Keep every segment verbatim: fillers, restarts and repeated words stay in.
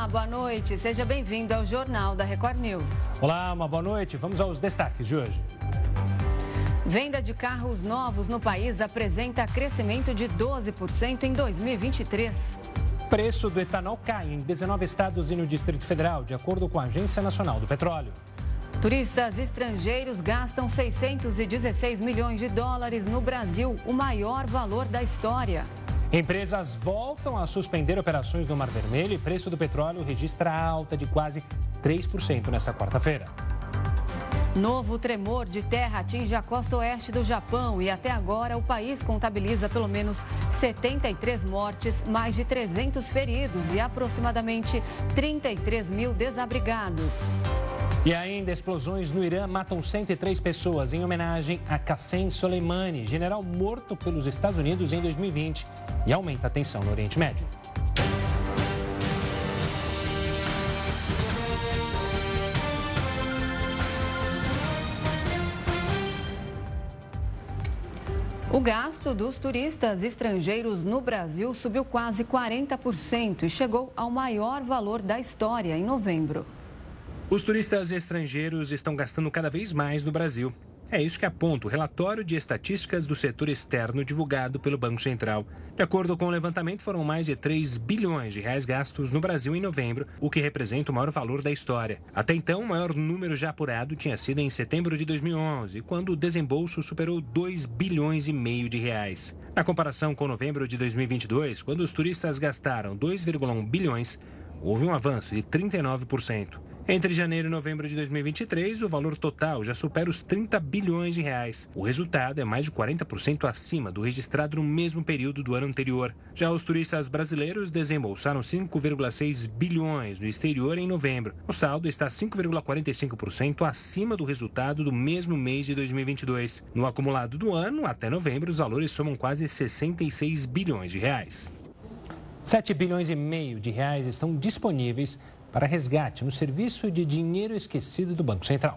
Olá, boa noite. Seja bem-vindo ao Jornal da Record News. Olá, uma boa noite. Vamos aos destaques de hoje. Venda de carros novos no país apresenta crescimento de doze por cento em dois mil e vinte e três. Preço do etanol cai em dezenove estados e no Distrito Federal, de acordo com a Agência Nacional do Petróleo. Turistas estrangeiros gastam seiscentos e dezesseis milhões de dólares no Brasil, o maior valor da história. Empresas voltam a suspender operações no Mar Vermelho e preço do petróleo registra alta de quase três por cento nesta quarta-feira. Novo tremor de terra atinge a costa oeste do Japão e até agora o país contabiliza pelo menos setenta e três mortes, mais de trezentos feridos e aproximadamente trinta e três mil desabrigados. E ainda, explosões no Irã matam cento e três pessoas em homenagem a Qassem Soleimani, general morto pelos Estados Unidos em dois mil e vinte, e aumenta a tensão no Oriente Médio. O gasto dos turistas estrangeiros no Brasil subiu quase quarenta por cento e chegou ao maior valor da história em novembro. Os turistas estrangeiros estão gastando cada vez mais no Brasil. É isso que aponta o relatório de estatísticas do setor externo divulgado pelo Banco Central. De acordo com o levantamento, foram mais de três bilhões de reais gastos no Brasil em novembro, o que representa o maior valor da história. Até então, o maior número já apurado tinha sido em setembro de dois mil e onze, quando o desembolso superou dois bilhões e meio de reais. Na comparação com novembro de dois mil e vinte e dois, quando os turistas gastaram dois vírgula um bilhões, houve um avanço de trinta e nove por cento. Entre janeiro e novembro de dois mil e vinte e três, o valor total já supera os trinta bilhões de reais. O resultado é mais de quarenta por cento acima do registrado no mesmo período do ano anterior. Já os turistas brasileiros desembolsaram cinco vírgula seis bilhões no exterior em novembro. O saldo está cinco vírgula quarenta e cinco por cento acima do resultado do mesmo mês de dois mil e vinte e dois. No acumulado do ano, até novembro, os valores somam quase sessenta e seis bilhões de reais. sete bilhões e meio de reais estão disponíveis para resgate no serviço de dinheiro esquecido do Banco Central.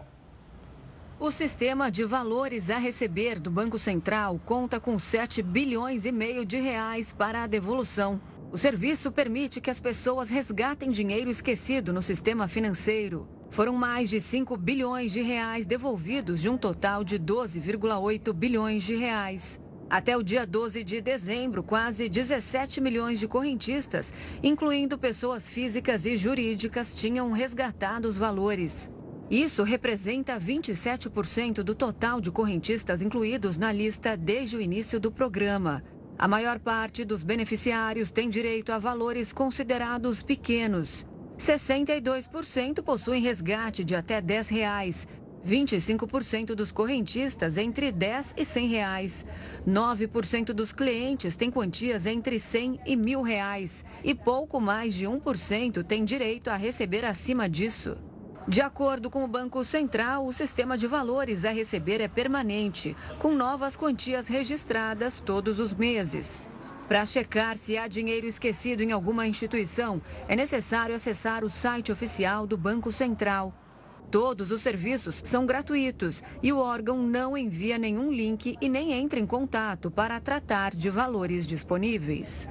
O sistema de valores a receber do Banco Central conta com sete bilhões e meio de reais para a devolução. O serviço permite que as pessoas resgatem dinheiro esquecido no sistema financeiro. Foram mais de cinco bilhões de reais devolvidos de um total de doze vírgula oito bilhões de reais. Até o dia doze de dezembro, quase dezessete milhões de correntistas, incluindo pessoas físicas e jurídicas, tinham resgatado os valores. Isso representa vinte e sete por cento do total de correntistas incluídos na lista desde o início do programa. A maior parte dos beneficiários tem direito a valores considerados pequenos. sessenta e dois por cento possuem resgate de até dez reais. vinte e cinco por cento dos correntistas entre dez e cem reais. nove por cento dos clientes têm quantias entre cem e mil reais. E pouco mais de um por cento tem direito a receber acima disso. De acordo com o Banco Central, o sistema de valores a receber é permanente, com novas quantias registradas todos os meses. Para checar se há dinheiro esquecido em alguma instituição, é necessário acessar o site oficial do Banco Central. Todos os serviços são gratuitos e o órgão não envia nenhum link e nem entra em contato para tratar de valores disponíveis.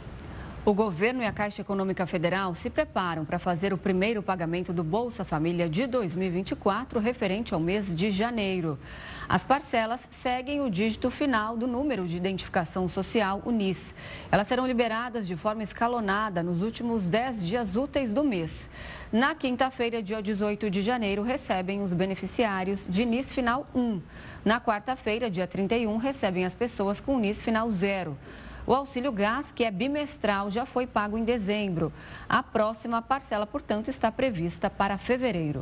O governo e a Caixa Econômica Federal se preparam para fazer o primeiro pagamento do Bolsa Família de dois mil e vinte e quatro, referente ao mês de janeiro. As parcelas seguem o dígito final do número de identificação social, o N I S. Elas serão liberadas de forma escalonada nos últimos dez dias úteis do mês. Na quinta-feira, dia dezoito de janeiro, recebem os beneficiários de N I S final um. Na quarta-feira, dia trinta e um, recebem as pessoas com N I S final zero. O auxílio gás, que é bimestral, já foi pago em dezembro. A próxima parcela, portanto, está prevista para fevereiro.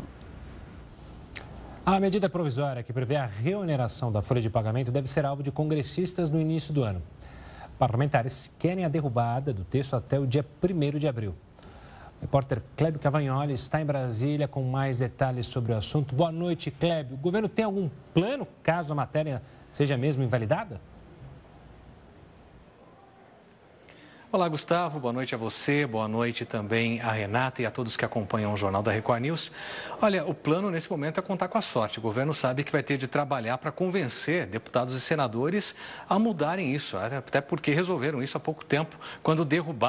A medida provisória que prevê a reoneração da folha de pagamento deve ser alvo de congressistas no início do ano. Parlamentares querem a derrubada do texto até o dia primeiro de abril. O repórter Clébio Cavagnoli está em Brasília com mais detalhes sobre o assunto. Boa noite, Clébio. O governo tem algum plano caso a matéria seja mesmo invalidada? Olá, Gustavo. Boa noite a você, boa noite também a Renata e a todos que acompanham o Jornal da Record News. Olha, o plano nesse momento é contar com a sorte. O governo sabe que vai ter de trabalhar para convencer deputados e senadores a mudarem isso, até porque resolveram isso há pouco tempo, quando derrubaram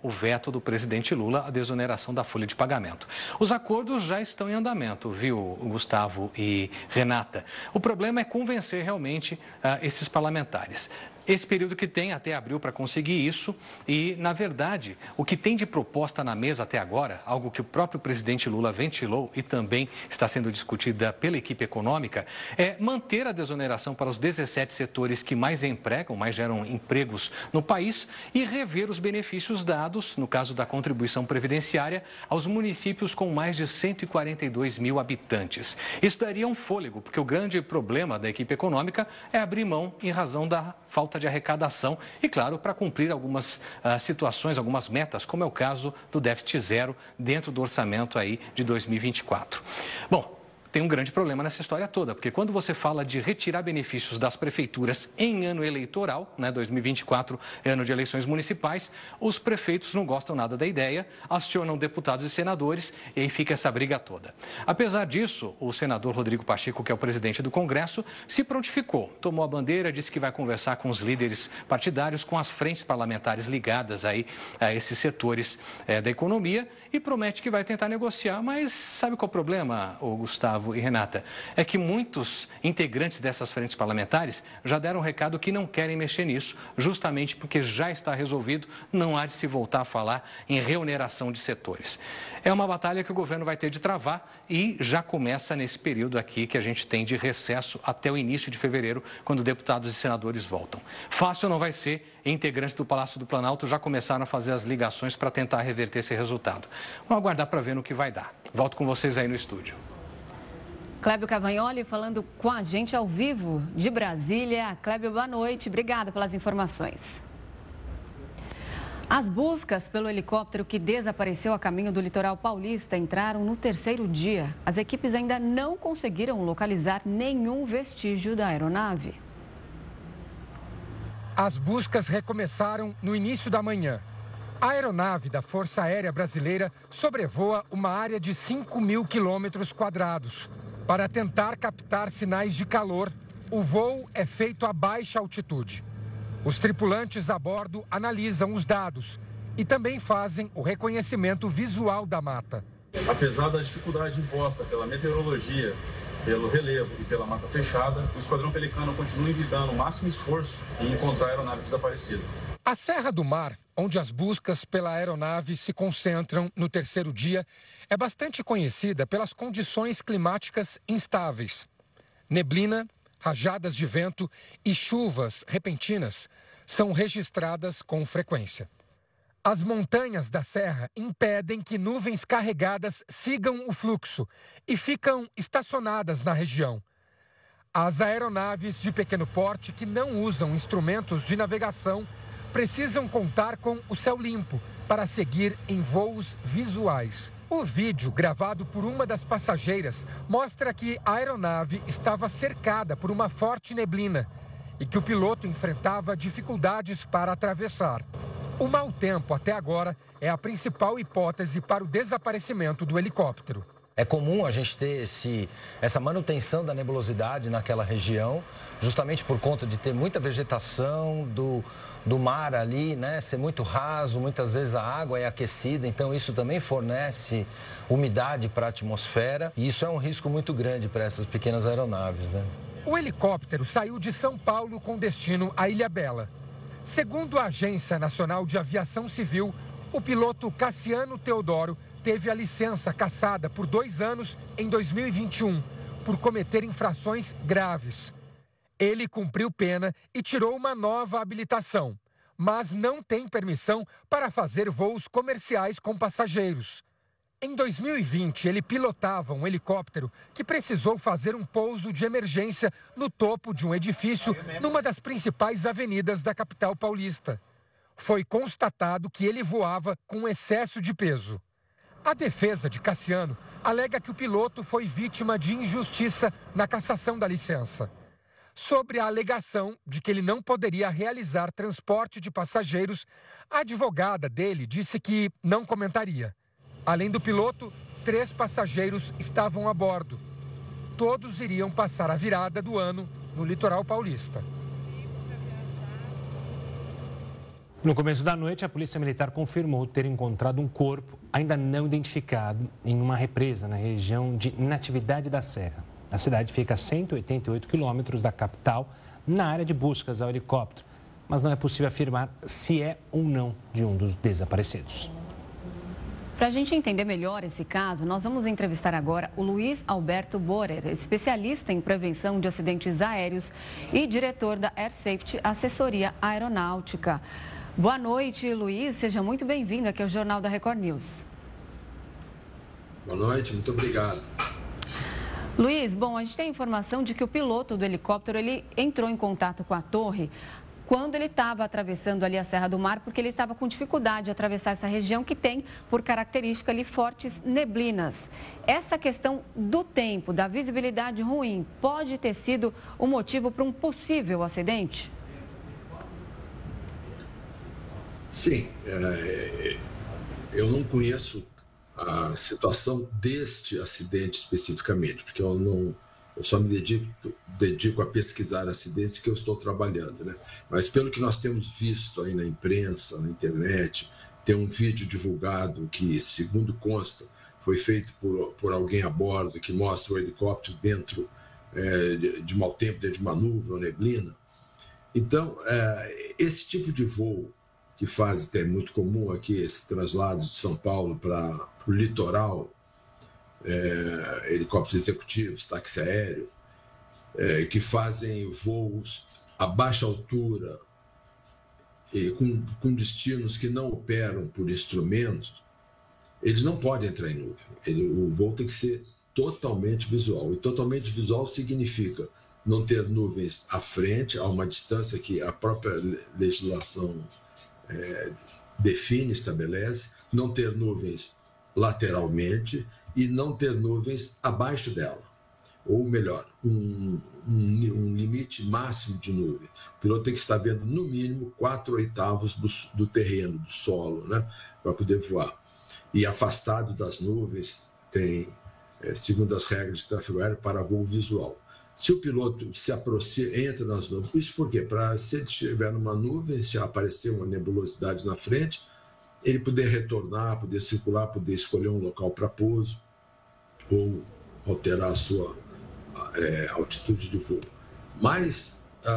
o veto do presidente Lula à desoneração da folha de pagamento. Os acordos já estão em andamento, viu, Gustavo e Renata? O problema é convencer realmente uh, esses parlamentares. Esse período que tem até abril para conseguir isso e, na verdade, o que tem de proposta na mesa até agora, algo que o próprio presidente Lula ventilou e também está sendo discutida pela equipe econômica, é manter a desoneração para os dezessete setores que mais empregam, mais geram empregos no país e rever os benefícios dados, no caso da contribuição previdenciária, aos municípios com mais de cento e quarenta e dois mil habitantes. Isso daria um fôlego, porque o grande problema da equipe econômica é abrir mão em razão da falta de arrecadação e, claro, para cumprir algumas uh, situações, algumas metas, como é o caso do déficit zero dentro do orçamento aí de dois mil e vinte e quatro. Bom, tem um grande problema nessa história toda, porque quando você fala de retirar benefícios das prefeituras em ano eleitoral, né, dois mil e vinte e quatro é ano de eleições municipais, os prefeitos não gostam nada da ideia, acionam deputados e senadores e aí fica essa briga toda. Apesar disso, o senador Rodrigo Pacheco, que é o presidente do Congresso, se prontificou, tomou a bandeira, disse que vai conversar com os líderes partidários, com as frentes parlamentares ligadas aí a esses setores é, da economia e promete que vai tentar negociar, mas sabe qual é o problema, ô Gustavo e Renata? É que muitos integrantes dessas frentes parlamentares já deram um recado que não querem mexer nisso, justamente porque já está resolvido, não há de se voltar a falar em reoneração de setores. É uma batalha que o governo vai ter de travar e já começa nesse período aqui que a gente tem de recesso até o início de fevereiro, quando deputados e senadores voltam. Fácil não vai ser, integrantes do Palácio do Planalto já começaram a fazer as ligações para tentar reverter esse resultado. Vamos aguardar para ver no que vai dar. Volto com vocês aí no estúdio. Clébio Cavagnoli falando com a gente ao vivo de Brasília. Clébio, boa noite. Obrigada pelas informações. As buscas pelo helicóptero que desapareceu a caminho do litoral paulista entraram no terceiro dia. As equipes ainda não conseguiram localizar nenhum vestígio da aeronave. As buscas recomeçaram no início da manhã. A aeronave da Força Aérea Brasileira sobrevoa uma área de cinco mil quilômetros quadrados. Para tentar captar sinais de calor, o voo é feito a baixa altitude. Os tripulantes a bordo analisam os dados e também fazem o reconhecimento visual da mata. Apesar da dificuldade imposta pela meteorologia, pelo relevo e pela mata fechada, o Esquadrão Pelicano continua envidando o máximo esforço em encontrar a aeronave desaparecida. A Serra do Mar, onde as buscas pela aeronave se concentram no terceiro dia, é bastante conhecida pelas condições climáticas instáveis. Neblina, rajadas de vento e chuvas repentinas são registradas com frequência. As montanhas da serra impedem que nuvens carregadas sigam o fluxo e ficam estacionadas na região. As aeronaves de pequeno porte que não usam instrumentos de navegação precisam contar com o céu limpo para seguir em voos visuais. O vídeo, gravado por uma das passageiras, mostra que a aeronave estava cercada por uma forte neblina e que o piloto enfrentava dificuldades para atravessar. O mau tempo, até agora, é a principal hipótese para o desaparecimento do helicóptero. É comum a gente ter esse, essa manutenção da nebulosidade naquela região, justamente por conta de ter muita vegetação do, do mar ali, né? Ser muito raso, muitas vezes a água é aquecida, então isso também fornece umidade para a atmosfera e isso é um risco muito grande para essas pequenas aeronaves, né? O helicóptero saiu de São Paulo com destino à Ilhabela. Segundo a Agência Nacional de Aviação Civil, o piloto Cassiano Teodoro teve a licença cassada por dois anos em dois mil e vinte e um, por cometer infrações graves. Ele cumpriu pena e tirou uma nova habilitação, mas não tem permissão para fazer voos comerciais com passageiros. Em dois mil e vinte, ele pilotava um helicóptero que precisou fazer um pouso de emergência no topo de um edifício numa das principais avenidas da capital paulista. Foi constatado que ele voava com excesso de peso. A defesa de Cassiano alega que o piloto foi vítima de injustiça na cassação da licença. Sobre a alegação de que ele não poderia realizar transporte de passageiros, a advogada dele disse que não comentaria. Além do piloto, três passageiros estavam a bordo. Todos iriam passar a virada do ano no litoral paulista. No começo da noite, a Polícia Militar confirmou ter encontrado um corpo ainda não identificado em uma represa na região de Natividade da Serra. A cidade fica a cento e oitenta e oito quilômetros da capital, na área de buscas ao helicóptero, mas não é possível afirmar se é ou não de um dos desaparecidos. Para a gente entender melhor esse caso, nós vamos entrevistar agora o Luiz Alberto Borer, especialista em prevenção de acidentes aéreos e diretor da Air Safety Assessoria Aeronáutica. Boa noite, Luiz. Seja muito bem-vindo aqui ao Jornal da Record News. Boa noite, muito obrigado. Luiz, bom, a gente tem a informação de que o piloto do helicóptero ele entrou em contato com a torre quando ele estava atravessando ali a Serra do Mar, porque ele estava com dificuldade de atravessar essa região que tem, por característica ali, fortes neblinas. Essa questão do tempo, da visibilidade ruim, pode ter sido o motivo para um possível acidente? Sim, é, eu não conheço a situação deste acidente especificamente, porque eu não... Eu só me dedico, dedico a pesquisar acidentes que eu estou trabalhando, né? Mas pelo que nós temos visto aí na imprensa, na internet, tem um vídeo divulgado que, segundo consta, foi feito por, por alguém a bordo, que mostra o helicóptero dentro é, de, de mau tempo, dentro de uma nuvem ou neblina. Então, é, esse tipo de voo que faz, até muito comum aqui, esses traslados de São Paulo para o litoral, É, helicópteros executivos, táxi aéreo, é, que fazem voos a baixa altura e com, com destinos que não operam por instrumentos, eles não podem entrar em nuvem. Ele, o voo tem que ser totalmente visual. E totalmente visual significa não ter nuvens à frente, a uma distância que a própria legislação é, define, estabelece, não ter nuvens lateralmente e não ter nuvens abaixo dela, ou melhor, um, um, um limite máximo de nuvem. O piloto tem que estar vendo no mínimo quatro oitavos do, do terreno, do solo, né, para poder voar. E afastado das nuvens tem, é, segundo as regras de tráfego aéreo, para voo visual. Se o piloto se aproxima, entra nas nuvens, isso por quê? Para se ele estiver numa nuvem, se aparecer uma nebulosidade na frente, ele poder retornar, poder circular, poder escolher um local para pouso ou alterar a sua é, altitude de voo. Mas,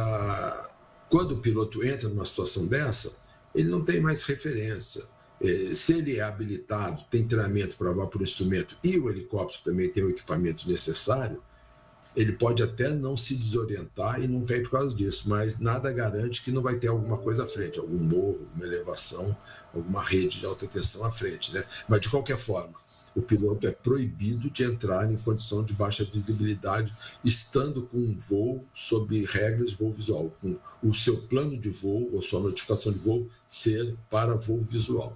ah, quando o piloto entra numa situação dessa, ele não tem mais referência. É, se ele é habilitado, tem treinamento para voar por instrumento e o helicóptero também tem o equipamento necessário, ele pode até não se desorientar e não cair por causa disso, mas nada garante que não vai ter alguma coisa à frente, algum morro, uma elevação, alguma rede de alta tensão à frente, né? Mas, de qualquer forma, o piloto é proibido de entrar em condição de baixa visibilidade, estando com um voo sob regras de voo visual, com o seu plano de voo ou sua notificação de voo ser para voo visual.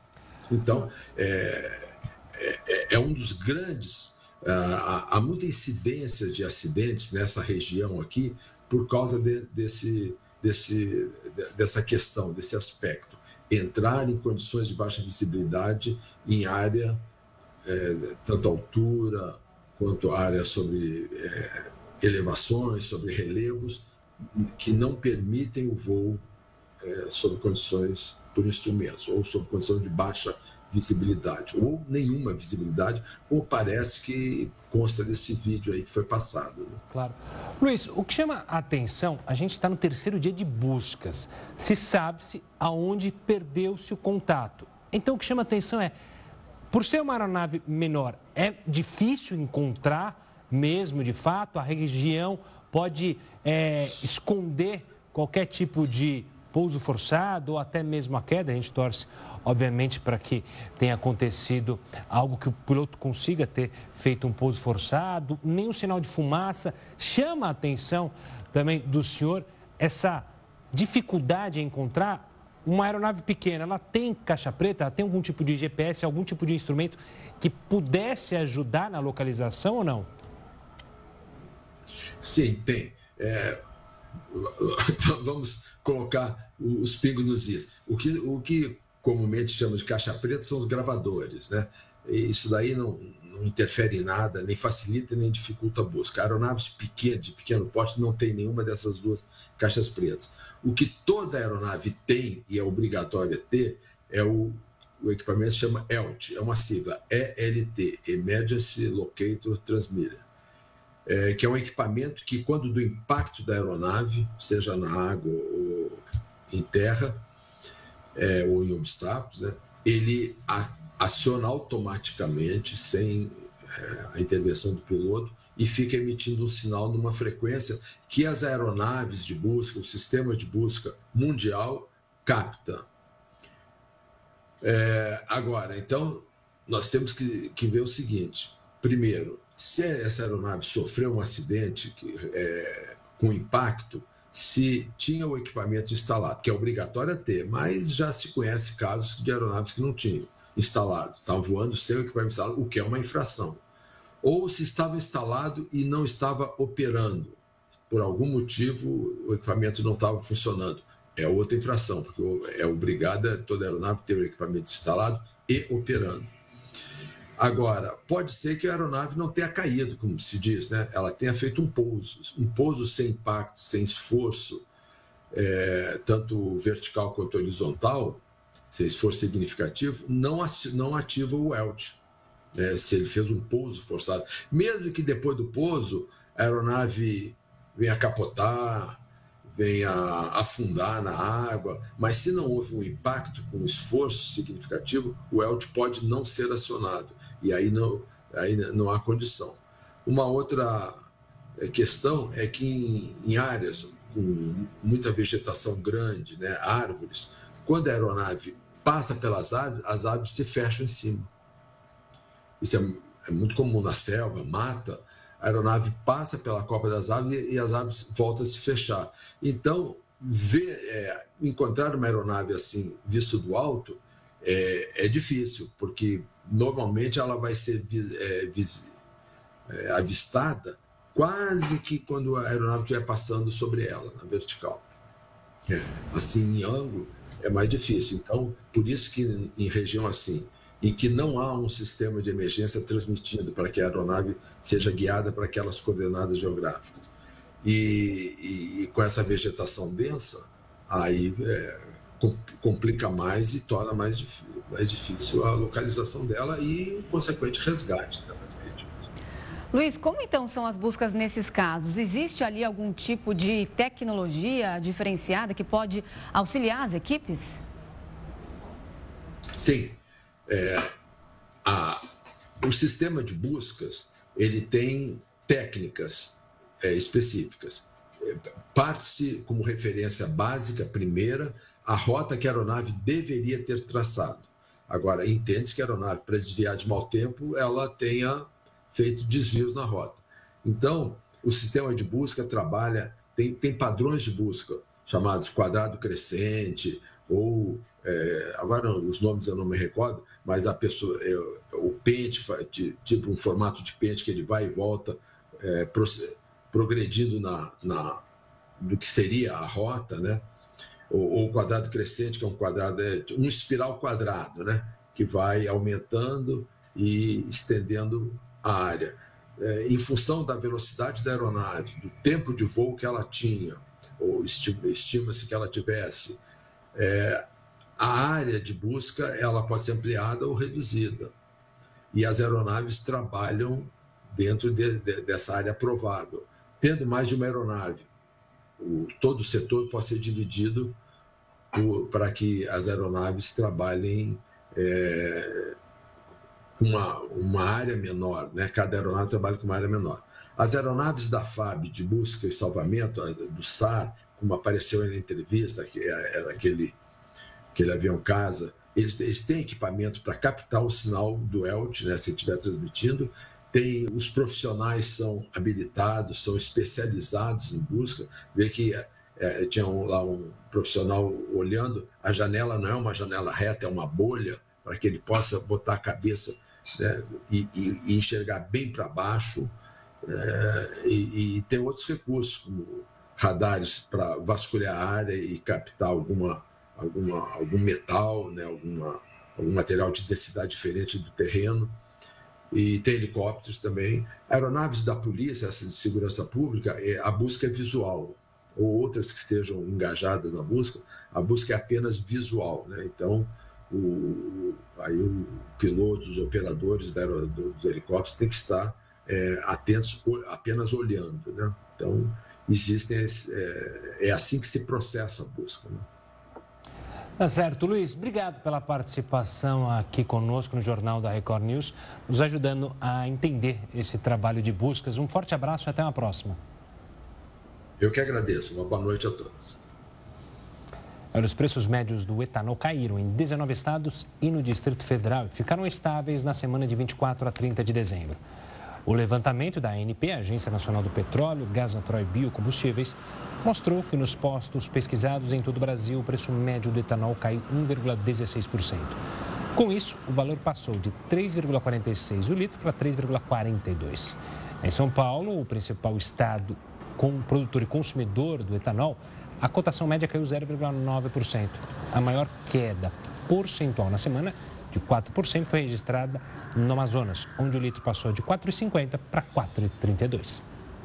Então, é, é, é um dos grandes... Há muita incidência de acidentes nessa região aqui por causa de, desse, desse, dessa questão, desse aspecto. Entrar em condições de baixa visibilidade em área, é, tanto altura quanto área sobre é, elevações, sobre relevos, que não permitem o voo é, sob condições por instrumentos ou sob condições de baixa visibilidade, ou nenhuma visibilidade, como parece que consta desse vídeo aí que foi passado. Né? Claro. Luiz, o que chama a atenção, a gente está no terceiro dia de buscas. Se sabe-se aonde perdeu-se o contato. Então, o que chama a atenção é, por ser uma aeronave menor, é difícil encontrar mesmo, de fato, a região pode é, esconder qualquer tipo de pouso forçado ou até mesmo a queda. A gente torce, obviamente, para que tenha acontecido algo que o piloto consiga ter feito um pouso forçado, nenhum sinal de fumaça. Chama a atenção também do senhor essa dificuldade em encontrar uma aeronave pequena. Ela tem caixa preta, ela tem algum tipo de G P S, algum tipo de instrumento que pudesse ajudar na localização ou não? Sim, tem. É... Vamos colocar os pingos nos is. O que, o que comumente chama de caixa preta são os gravadores, né? E isso daí não, não interfere em nada, nem facilita nem dificulta a busca. Aeronaves pequenas, de pequeno porte, não tem nenhuma dessas duas caixas pretas. O que toda aeronave tem, e é obrigatório ter, é o, o equipamento que se chama E L T, é uma sigla, E L T, Emergency Locator Transmitter, é, que é um equipamento que, quando do impacto da aeronave, seja na água ou em terra, é, ou em obstáculos, né, ele a, aciona automaticamente, sem é, a intervenção do piloto, e fica emitindo um sinal numa frequência que as aeronaves de busca, o sistema de busca mundial, capta. É, agora, então, nós temos que, que ver o seguinte. Primeiro, se essa aeronave sofreu um acidente que, é, com impacto, se tinha o equipamento instalado, que é obrigatório ter, mas já se conhece casos de aeronaves que não tinham instalado, estavam voando sem o equipamento instalado, o que é uma infração. Ou se estava instalado e não estava operando, por algum motivo o equipamento não estava funcionando, é outra infração, porque é obrigada toda aeronave ter o equipamento instalado e operando. Agora, pode ser que a aeronave não tenha caído, como se diz, né? Ela tenha feito um pouso, um pouso sem impacto, sem esforço, é, tanto vertical quanto horizontal, sem esforço significativo, não, não ativa o E L T. É, se ele fez um pouso forçado. Mesmo que depois do pouso, a aeronave venha capotar, venha afundar na água, mas se não houve um impacto com um esforço significativo, o E L T pode não ser acionado. E aí não, aí não há condição. Uma outra questão é que em, em áreas com muita vegetação grande, né, árvores, quando a aeronave passa pelas árvores, as árvores se fecham em cima. Isso é, é muito comum na selva, mata, a aeronave passa pela copa das árvores e as árvores voltam a se fechar. Então, ver, é, encontrar uma aeronave assim, visto do alto, é, é difícil, porque normalmente ela vai ser é, vis, é, avistada quase que quando a aeronave estiver passando sobre ela, na vertical. É. Assim, em ângulo, é mais difícil. Então, por isso que em região assim, em que não há um sistema de emergência transmitido para que a aeronave seja guiada para aquelas coordenadas geográficas. E, e, e com essa vegetação densa, aí é, complica mais e torna mais, difícil, mais difícil a localização dela e o consequente resgate das vítimas. Luiz, como então são as buscas nesses casos? Existe ali algum tipo de tecnologia diferenciada que pode auxiliar as equipes? Sim. É, a, o sistema de buscas ele tem técnicas é, específicas. Parte-se como referência básica, primeira, a rota que a aeronave deveria ter traçado. Agora, entende-se que a aeronave, para desviar de mau tempo, ela tenha feito desvios na rota. Então, o sistema de busca trabalha, tem, tem padrões de busca, chamados quadrado crescente, ou, é, agora os nomes eu não me recordo, mas a pessoa, é, o pente, tipo um formato de pente que ele vai e volta, é, progredindo na, na, do que seria a rota, né? Ou o quadrado crescente, que é um quadrado, é um espiral quadrado, né? Que vai aumentando e estendendo a área. É, em função da velocidade da aeronave, do tempo de voo que ela tinha, ou estima-se que ela tivesse, é, a área de busca ela pode ser ampliada ou reduzida. E as aeronaves trabalham dentro de, de, dessa área provável. Tendo mais de uma aeronave, o, todo o setor pode ser dividido por, para que as aeronaves trabalhem é, uma, uma área menor, né? Cada aeronave trabalha com uma área menor. As aeronaves da F A B de busca e salvamento, do S A R, como apareceu na entrevista, que era aquele, aquele avião casa, eles, eles têm equipamento para captar o sinal do E L T, né, se estiver transmitindo. Tem, os profissionais são habilitados, são especializados em busca. Vê que é, tinha um, lá um profissional olhando, a janela não é uma janela reta, é uma bolha, para que ele possa botar a cabeça, né, e, e, e enxergar bem para baixo. É, e, e tem outros recursos, como radares para vasculhar a área e captar alguma, alguma, algum metal, né, alguma, algum material de densidade diferente do terreno. e tem helicópteros também. Aeronaves da polícia, essas de segurança pública, a busca é visual, ou outras que estejam engajadas na busca, a busca é apenas visual, né? Então, o, aí o piloto, os operadores da, dos helicópteros têm que estar é, atentos apenas olhando, né? Então, existem, é, é assim que se processa a busca, né? Tá certo, Luiz. Obrigado pela participação aqui conosco no Jornal da Record News, nos ajudando a entender esse trabalho de buscas. Um forte abraço e até uma próxima. Eu que agradeço. Uma boa noite a todos. Olha, os preços médios do etanol caíram em dezenove estados e no Distrito Federal e ficaram estáveis na semana de vinte e quatro a trinta de dezembro. O levantamento da A N P, Agência Nacional do Petróleo, Gás Natural e Biocombustíveis, mostrou que nos postos pesquisados em todo o Brasil, o preço médio do etanol caiu um vírgula dezesseis por cento. Com isso, o valor passou de três vírgula quarenta e seis o litro para três vírgula quarenta e dois. Em São Paulo, o principal estado com produtor e consumidor do etanol, a cotação média caiu zero vírgula nove por cento. A maior queda percentual na semana, de quatro por cento, foi registrada no Amazonas, onde o litro passou de quatro vírgula cinquenta para quatro vírgula trinta e dois.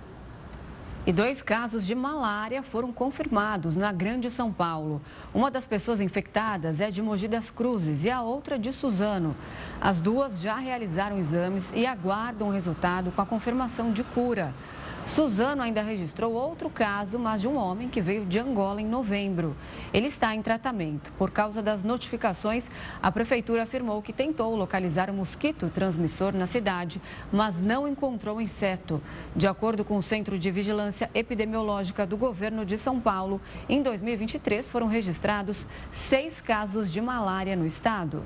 E dois casos de malária foram confirmados na Grande São Paulo. Uma das pessoas infectadas é de Mogi das Cruzes e a outra de Suzano. As duas já realizaram exames e aguardam o resultado com a confirmação de cura. Suzano ainda registrou outro caso, mas de um homem que veio de Angola em novembro. Ele está em tratamento. Por causa das notificações, a prefeitura afirmou que tentou localizar o mosquito transmissor na cidade, mas não encontrou o inseto. De acordo com o Centro de Vigilância Epidemiológica do Governo de São Paulo, em dois mil e vinte e três foram registrados seis casos de malária no estado.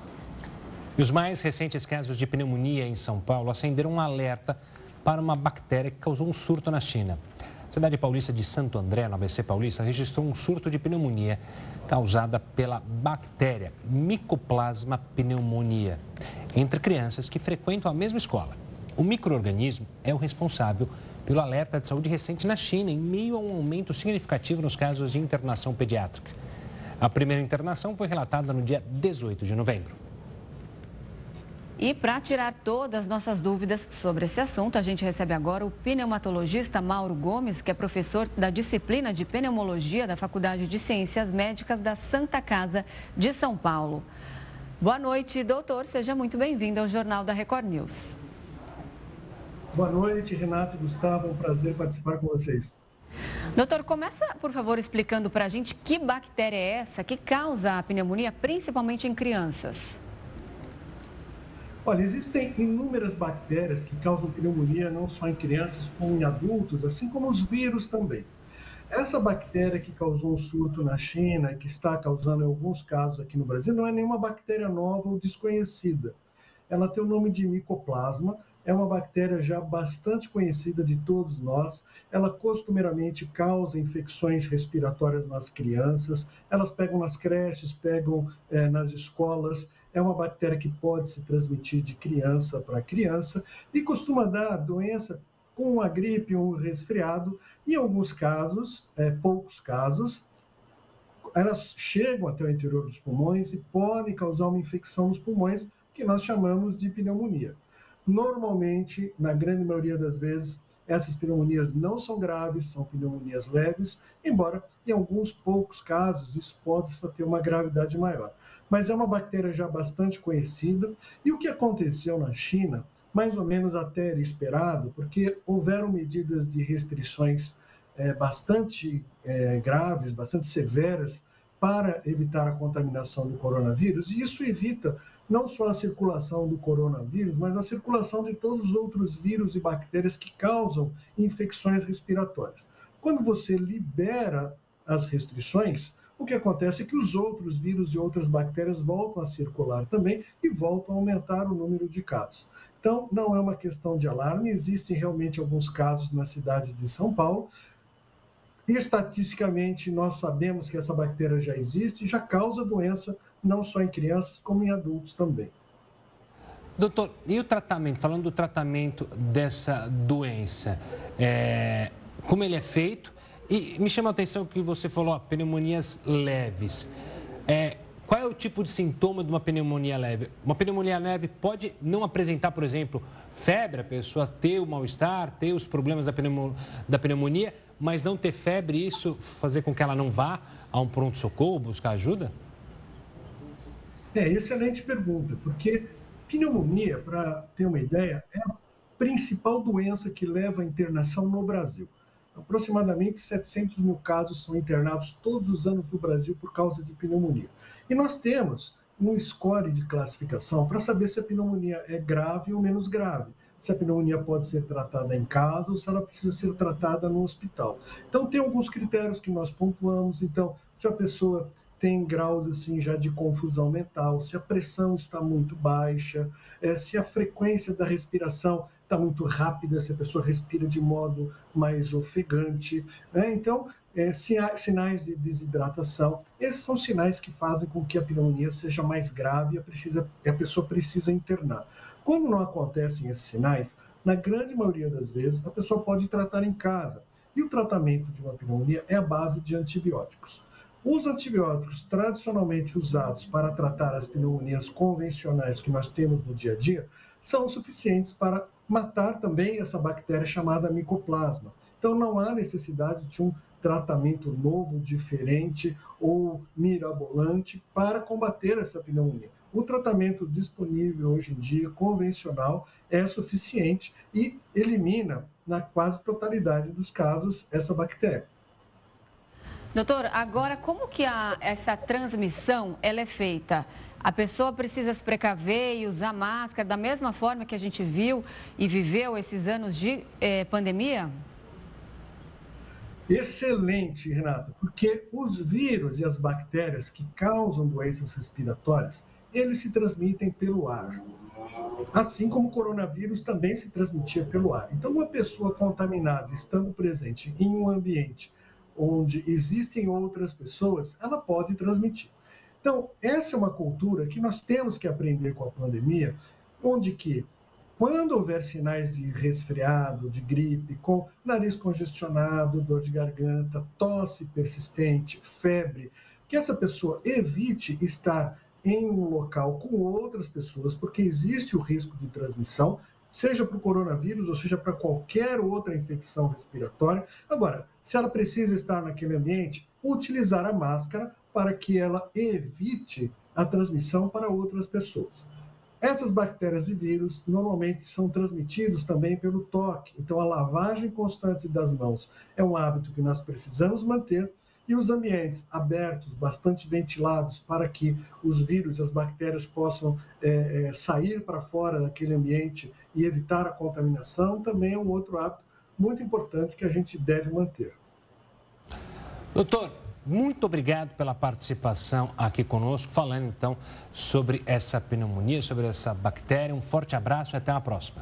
E os mais recentes casos de pneumonia em São Paulo acenderam um alerta para uma bactéria que causou um surto na China. A cidade paulista de Santo André, no A B C Paulista, registrou um surto de pneumonia causada pela bactéria Mycoplasma pneumonia entre crianças que frequentam a mesma escola. O micro-organismo é o responsável pelo alerta de saúde recente na China, em meio a um aumento significativo nos casos de internação pediátrica. A primeira internação foi relatada no dia dezoito de novembro. E para tirar todas as nossas dúvidas sobre esse assunto, a gente recebe agora o pneumatologista Mauro Gomes, que é professor da disciplina de pneumologia da Faculdade de Ciências Médicas da Santa Casa de São Paulo. Boa noite, doutor. Seja muito bem-vindo ao Jornal da Record News. Boa noite, Renato e Gustavo. É um prazer participar com vocês. Doutor, começa, por favor, explicando para a gente que bactéria é essa que causa a pneumonia, principalmente em crianças. Olha, existem inúmeras bactérias que causam pneumonia, não só em crianças, como em adultos, assim como os vírus também. Essa bactéria que causou um surto na China e que está causando em alguns casos aqui no Brasil, não é nenhuma bactéria nova ou desconhecida. Ela tem o nome de Mycoplasma, é uma bactéria já bastante conhecida de todos nós. Ela costumeiramente causa infecções respiratórias nas crianças, elas pegam nas creches, pegam é, nas escolas. É uma bactéria que pode se transmitir de criança para criança e costuma dar doença com uma gripe ou um resfriado. Em alguns casos, é, poucos casos, elas chegam até o interior dos pulmões e podem causar uma infecção nos pulmões, que nós chamamos de pneumonia. Normalmente, na grande maioria das vezes, essas pneumonias não são graves, são pneumonias leves, embora em alguns poucos casos isso possa ter uma gravidade maior. Mas é uma bactéria já bastante conhecida. E o que aconteceu na China, mais ou menos até era esperado, porque houveram medidas de restrições é, bastante é, graves, bastante severas, para evitar a contaminação do coronavírus. E isso evita não só a circulação do coronavírus, mas a circulação de todos os outros vírus e bactérias que causam infecções respiratórias. Quando você libera as restrições, o que acontece é que os outros vírus e outras bactérias voltam a circular também e voltam a aumentar o número de casos. Então, não é uma questão de alarme, existem realmente alguns casos na cidade de São Paulo. E, estatisticamente, nós sabemos que essa bactéria já existe e já causa doença não só em crianças, como em adultos também. Doutor, e o tratamento? Falando do tratamento dessa doença, é, como ele é feito? E me chama a atenção que você falou, ó, pneumonias leves. É, Qual é o tipo de sintoma de uma pneumonia leve? Uma pneumonia leve pode não apresentar, por exemplo, febre, a pessoa ter o mal-estar, ter os problemas da pneumonia, mas não ter febre e isso fazer com que ela não vá a um pronto-socorro buscar ajuda? É, excelente pergunta, porque pneumonia, para ter uma ideia, é a principal doença que leva à internação no Brasil. Aproximadamente setecentos mil casos são internados todos os anos no Brasil por causa de pneumonia. E nós temos um score de classificação para saber se a pneumonia é grave ou menos grave. Se a pneumonia pode ser tratada em casa ou se ela precisa ser tratada no hospital. Então, tem alguns critérios que nós pontuamos. Então, se a pessoa tem graus assim já de confusão mental, se a pressão está muito baixa, é, se a frequência da respiração está muito rápida, se a pessoa respira de modo mais ofegante, né? Então, é, sinais de desidratação, esses são sinais que fazem com que a pneumonia seja mais grave e a, precisa, a pessoa precisa internar. Quando não acontecem esses sinais, na grande maioria das vezes, a pessoa pode tratar em casa. E o tratamento de uma pneumonia é a base de antibióticos. Os antibióticos tradicionalmente usados para tratar as pneumonias convencionais que nós temos no dia a dia são suficientes para matar também essa bactéria chamada micoplasma. Então, não há necessidade de um tratamento novo, diferente ou mirabolante para combater essa pneumonia. O tratamento disponível hoje em dia, convencional, é suficiente e elimina, na quase totalidade dos casos, essa bactéria. Doutor, agora como que a, essa transmissão ela é feita? A pessoa precisa se precaver e usar máscara da mesma forma que a gente viu e viveu esses anos de eh, pandemia? Excelente, Renata, porque os vírus e as bactérias que causam doenças respiratórias, eles se transmitem pelo ar. Assim como o coronavírus também se transmitia pelo ar. Então, uma pessoa contaminada estando presente em um ambiente onde existem outras pessoas, ela pode transmitir. Então, essa é uma cultura que nós temos que aprender com a pandemia, onde que, quando houver sinais de resfriado, de gripe, com nariz congestionado, dor de garganta, tosse persistente, febre, que essa pessoa evite estar em um local com outras pessoas, porque existe o risco de transmissão, seja para o coronavírus ou seja para qualquer outra infecção respiratória. Agora, se ela precisa estar naquele ambiente, utilizar a máscara para que ela evite a transmissão para outras pessoas. Essas bactérias e vírus normalmente são transmitidos também pelo toque. Então, a lavagem constante das mãos é um hábito que nós precisamos manter e os ambientes abertos, bastante ventilados, para que os vírus e as bactérias possam é, é, sair para fora daquele ambiente e evitar a contaminação, também é um outro hábito muito importante que a gente deve manter. Doutor, muito obrigado pela participação aqui conosco, falando então sobre essa pneumonia, sobre essa bactéria. Um forte abraço e até a próxima.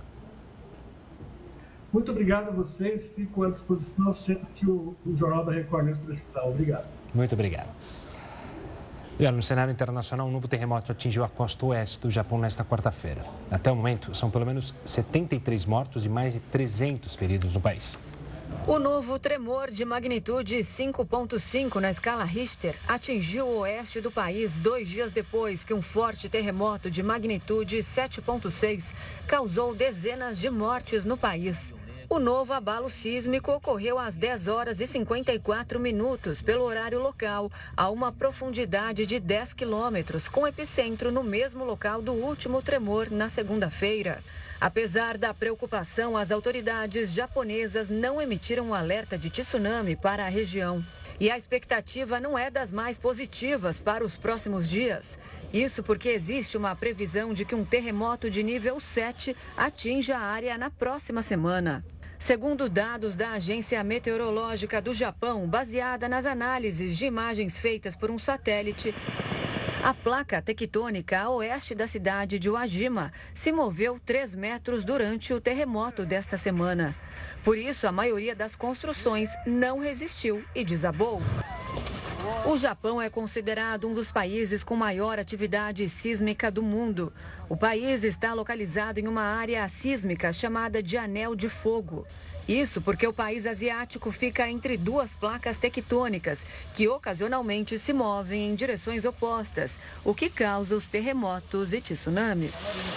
Muito obrigado a vocês, fico à disposição sempre que o, o Jornal da Record News precisar. Obrigado. Muito obrigado. E olha, no cenário internacional, um novo terremoto atingiu a costa oeste do Japão nesta quarta-feira. Até o momento, são pelo menos setenta e três mortos e mais de trezentos feridos no país. O novo tremor de magnitude cinco ponto cinco na escala Richter atingiu o oeste do país dois dias depois que um forte terremoto de magnitude sete ponto seis causou dezenas de mortes no país. O novo abalo sísmico ocorreu às dez horas e cinquenta e quatro minutos pelo horário local, a uma profundidade de dez quilômetros, com epicentro no mesmo local do último tremor na segunda-feira. Apesar da preocupação, as autoridades japonesas não emitiram um alerta de tsunami para a região. E a expectativa não é das mais positivas para os próximos dias. Isso porque existe uma previsão de que um terremoto de nível sete atinja a área na próxima semana. Segundo dados da Agência Meteorológica do Japão, baseada nas análises de imagens feitas por um satélite, a placa tectônica a oeste da cidade de Uajima se moveu três metros durante o terremoto desta semana. Por isso, a maioria das construções não resistiu e desabou. O Japão é considerado um dos países com maior atividade sísmica do mundo. O país está localizado em uma área sísmica chamada de Anel de Fogo. Isso porque o país asiático fica entre duas placas tectônicas, que ocasionalmente se movem em direções opostas, o que causa os terremotos e tsunamis.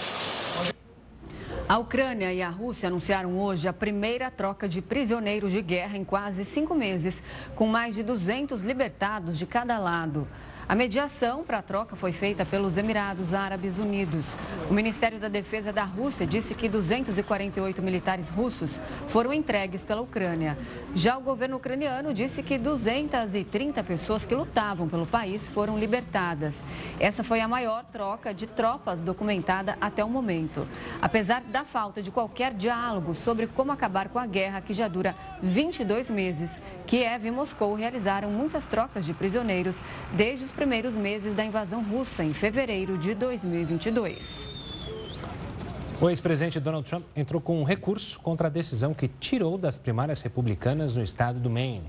A Ucrânia e a Rússia anunciaram hoje a primeira troca de prisioneiros de guerra em quase cinco meses, com mais de duzentos libertados de cada lado. A mediação para a troca foi feita pelos Emirados Árabes Unidos. O Ministério da Defesa da Rússia disse que duzentos e quarenta e oito militares russos foram entregues pela Ucrânia. Já o governo ucraniano disse que duzentas e trinta pessoas que lutavam pelo país foram libertadas. Essa foi a maior troca de tropas documentada até o momento. Apesar da falta de qualquer diálogo sobre como acabar com a guerra que já dura vinte e dois meses, Kiev e Moscou realizaram muitas trocas de prisioneiros desde os primeiros meses da invasão russa, em fevereiro de dois mil e vinte e dois. O ex-presidente Donald Trump entrou com um recurso contra a decisão que tirou das primárias republicanas no estado do Maine.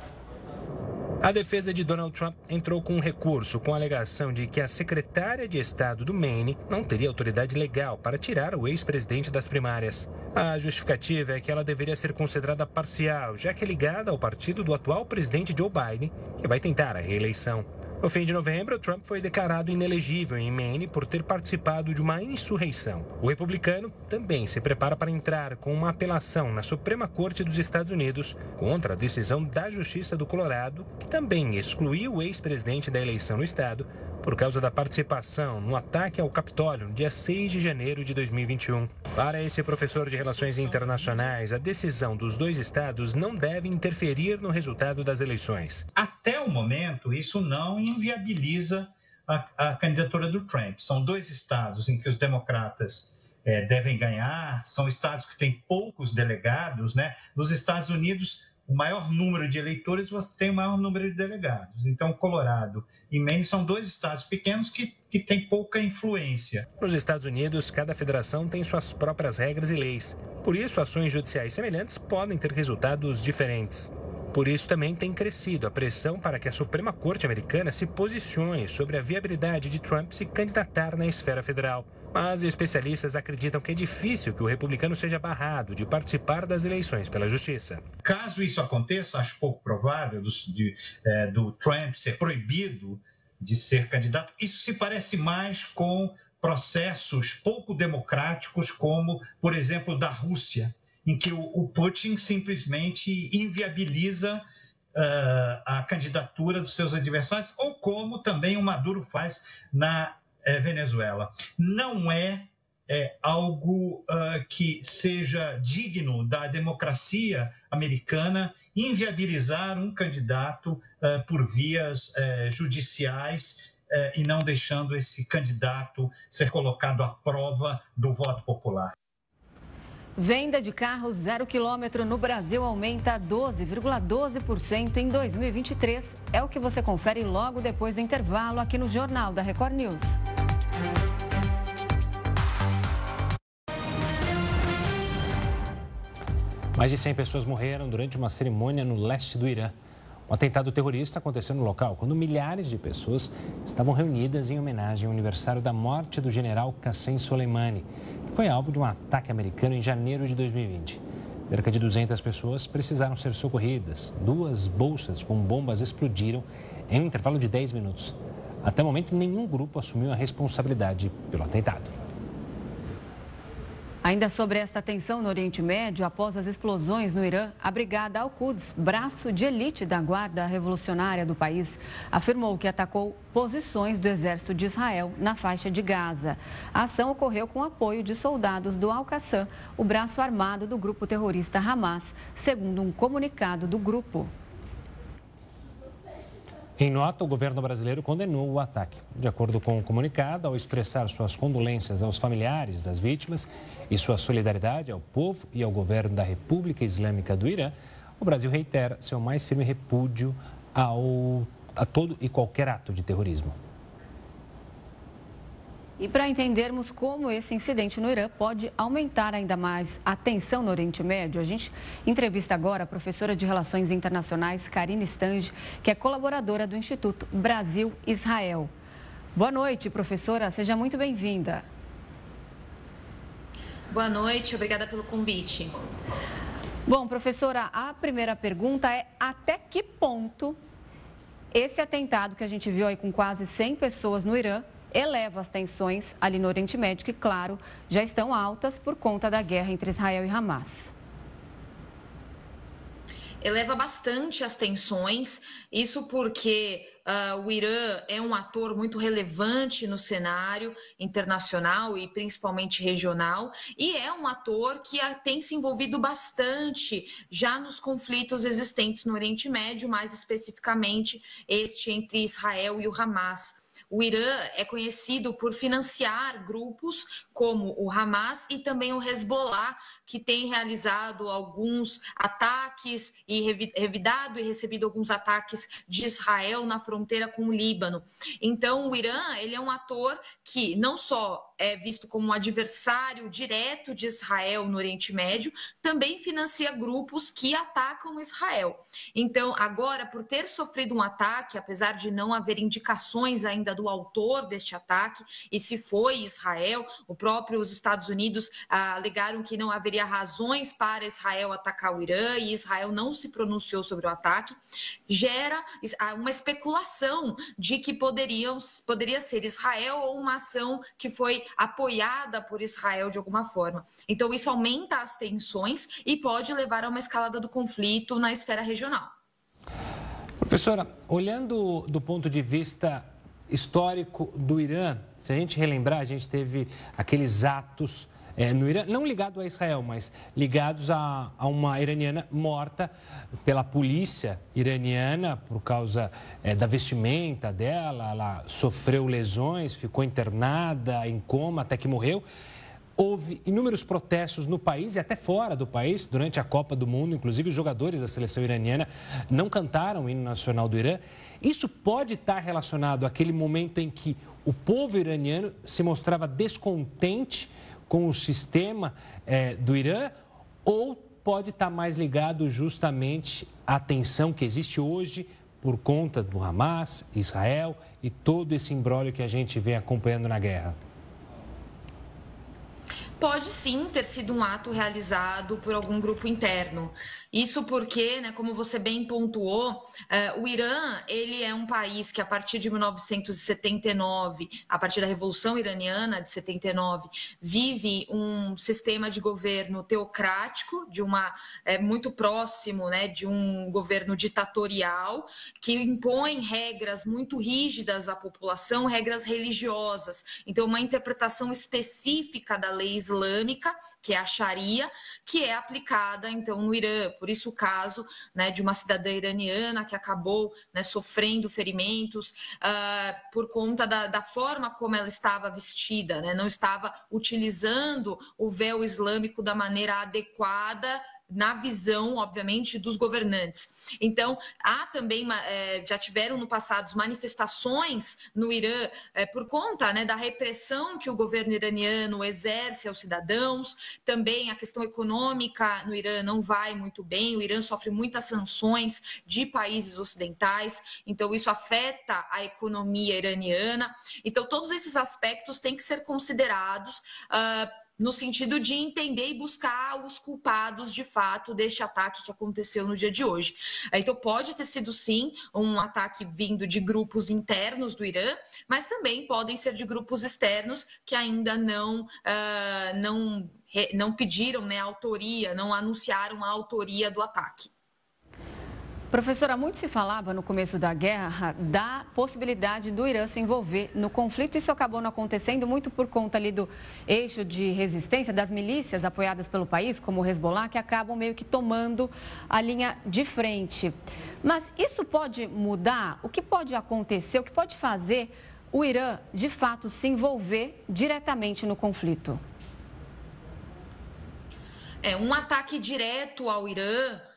A defesa de Donald Trump entrou com um recurso com a alegação de que a secretária de Estado do Maine não teria autoridade legal para tirar o ex-presidente das primárias. A justificativa é que ela deveria ser considerada parcial, já que é ligada ao partido do atual presidente Joe Biden, que vai tentar a reeleição. No fim de novembro, Trump foi declarado inelegível em Maine por ter participado de uma insurreição. O republicano também se prepara para entrar com uma apelação na Suprema Corte dos Estados Unidos contra a decisão da Justiça do Colorado, que também excluiu o ex-presidente da eleição no estado por causa da participação no ataque ao Capitólio no dia seis de janeiro de dois mil e vinte e um. Para esse professor de Relações Internacionais, a decisão dos dois estados não deve interferir no resultado das eleições. Até o momento, isso não inviabiliza a, a candidatura do Trump. São dois estados em que os democratas é, devem ganhar, são estados que têm poucos delegados, né? Nos Estados Unidos, o maior número de eleitores, você tem o maior número de delegados. Então, Colorado e Maine são dois estados pequenos que, que têm pouca influência. Nos Estados Unidos, cada federação tem suas próprias regras e leis. Por isso, ações judiciais semelhantes podem ter resultados diferentes. Por isso, também tem crescido a pressão para que a Suprema Corte americana se posicione sobre a viabilidade de Trump se candidatar na esfera federal. Mas especialistas acreditam que é difícil que o republicano seja barrado de participar das eleições pela justiça. Caso isso aconteça, acho pouco provável do, de, é, do Trump ser proibido de ser candidato. Isso se parece mais com processos pouco democráticos, como, por exemplo, da Rússia, em que o, o Putin simplesmente inviabiliza uh, a candidatura dos seus adversários, ou como também o Maduro faz na É, Venezuela. Não é, é algo uh, que seja digno da democracia americana inviabilizar um candidato uh, por vias uh, judiciais uh, e não deixando esse candidato ser colocado à prova do voto popular. Venda de carros zero quilômetro no Brasil aumenta doze vírgula doze por cento em dois mil e vinte e três. É o que você confere logo depois do intervalo aqui no Jornal da Record News. Mais de cem pessoas morreram durante uma cerimônia no leste do Irã. Um atentado terrorista aconteceu no local quando milhares de pessoas estavam reunidas em homenagem ao aniversário da morte do general Qassem Soleimani, que foi alvo de um ataque americano em janeiro de dois mil e vinte. Cerca de duzentas pessoas precisaram ser socorridas. Duas bolsas com bombas explodiram em um intervalo de dez minutos. Até o momento, nenhum grupo assumiu a responsabilidade pelo atentado. Ainda sobre esta tensão no Oriente Médio, após as explosões no Irã, a Brigada Al-Quds, braço de elite da Guarda Revolucionária do país, afirmou que atacou posições do exército de Israel na faixa de Gaza. A ação ocorreu com apoio de soldados do Al-Qassam, o braço armado do grupo terrorista Hamas, segundo um comunicado do grupo. Em nota, o governo brasileiro condenou o ataque. De acordo com o comunicado, ao expressar suas condolências aos familiares das vítimas e sua solidariedade ao povo e ao governo da República Islâmica do Irã, o Brasil reitera seu mais firme repúdio ao, a todo e qualquer ato de terrorismo. E para entendermos como esse incidente no Irã pode aumentar ainda mais a tensão no Oriente Médio, a gente entrevista agora a professora de Relações Internacionais, Karine Stange, que é colaboradora do Instituto Brasil-Israel. Boa noite, professora. Seja muito bem-vinda. Boa noite. Obrigada pelo convite. Bom, professora, a primeira pergunta é até que ponto esse atentado que a gente viu aí com quase cem pessoas no Irã eleva as tensões ali no Oriente Médio, que, claro, já estão altas por conta da guerra entre Israel e Hamas. Eleva bastante as tensões, isso porque uh, o Irã é um ator muito relevante no cenário internacional e principalmente regional, e é um ator que tem se envolvido bastante já nos conflitos existentes no Oriente Médio, mais especificamente este entre Israel e o Hamas. O Irã é conhecido por financiar grupos como o Hamas e também o Hezbollah, que tem realizado alguns ataques e revidado e recebido alguns ataques de Israel na fronteira com o Líbano. Então, o Irã, ele é um ator que não só é visto como um adversário direto de Israel no Oriente Médio, também financia grupos que atacam Israel. Então, agora, por ter sofrido um ataque, apesar de não haver indicações ainda do autor deste ataque, e se foi Israel, o próprio os Estados Unidos ah, alegaram que não haveria razões para Israel atacar o Irã e Israel não se pronunciou sobre o ataque, gera uma especulação de que poderiam, poderia ser Israel ou uma ação que foi apoiada por Israel de alguma forma. Então, isso aumenta as tensões e pode levar a uma escalada do conflito na esfera regional. Professora, olhando do ponto de vista histórico do Irã, se a gente relembrar, a gente teve aqueles atos é, no Irã, não ligados a Israel, mas ligados a, a uma iraniana morta pela polícia iraniana por causa é, da vestimenta dela. Ela sofreu lesões, ficou internada, em coma, até que morreu. Houve inúmeros protestos no país e até fora do país durante a Copa do Mundo. Inclusive, os jogadores da seleção iraniana não cantaram o hino nacional do Irã. Isso pode estar relacionado àquele momento em que o povo iraniano se mostrava descontente com o sistema é, do Irã, ou pode estar mais ligado justamente à tensão que existe hoje por conta do Hamas, Israel e todo esse imbróglio que a gente vem acompanhando na guerra? Pode sim ter sido um ato realizado por algum grupo interno. Isso porque, né, como você bem pontuou, eh, o Irã ele é um país que, a partir de mil novecentos e setenta e nove, a partir da Revolução Iraniana de setenta e nove, vive um sistema de governo teocrático, de uma, é, muito próximo, né, de um governo ditatorial, que impõe regras muito rígidas à população, regras religiosas. Então, uma interpretação específica da lei islâmica, que é a Sharia, que é aplicada, então, no Irã. Por isso o caso, né, de uma cidadã iraniana que acabou, né, sofrendo ferimentos uh, por conta da, da forma como ela estava vestida, né, não estava utilizando o véu islâmico da maneira adequada, na visão, obviamente, dos governantes. Então, há também, é, já tiveram no passado manifestações no Irã é, por conta, né, da repressão que o governo iraniano exerce aos cidadãos. Também a questão econômica no Irã não vai muito bem, o Irã sofre muitas sanções de países ocidentais, então isso afeta a economia iraniana. Então, todos esses aspectos têm que ser considerados uh, no sentido de entender e buscar os culpados, de fato, deste ataque que aconteceu no dia de hoje. Então, pode ter sido, sim, um ataque vindo de grupos internos do Irã, mas também podem ser de grupos externos que ainda não, uh, não, não pediram, né, autoria, não anunciaram a autoria do ataque. Professora, muito se falava no começo da guerra da possibilidade do Irã se envolver no conflito. Isso acabou não acontecendo muito por conta ali do eixo de resistência das milícias apoiadas pelo país, como o Hezbollah, que acabam meio que tomando a linha de frente. Mas isso pode mudar? O que pode acontecer? O que pode fazer o Irã, de fato, se envolver diretamente no conflito? É, um ataque direto ao Irã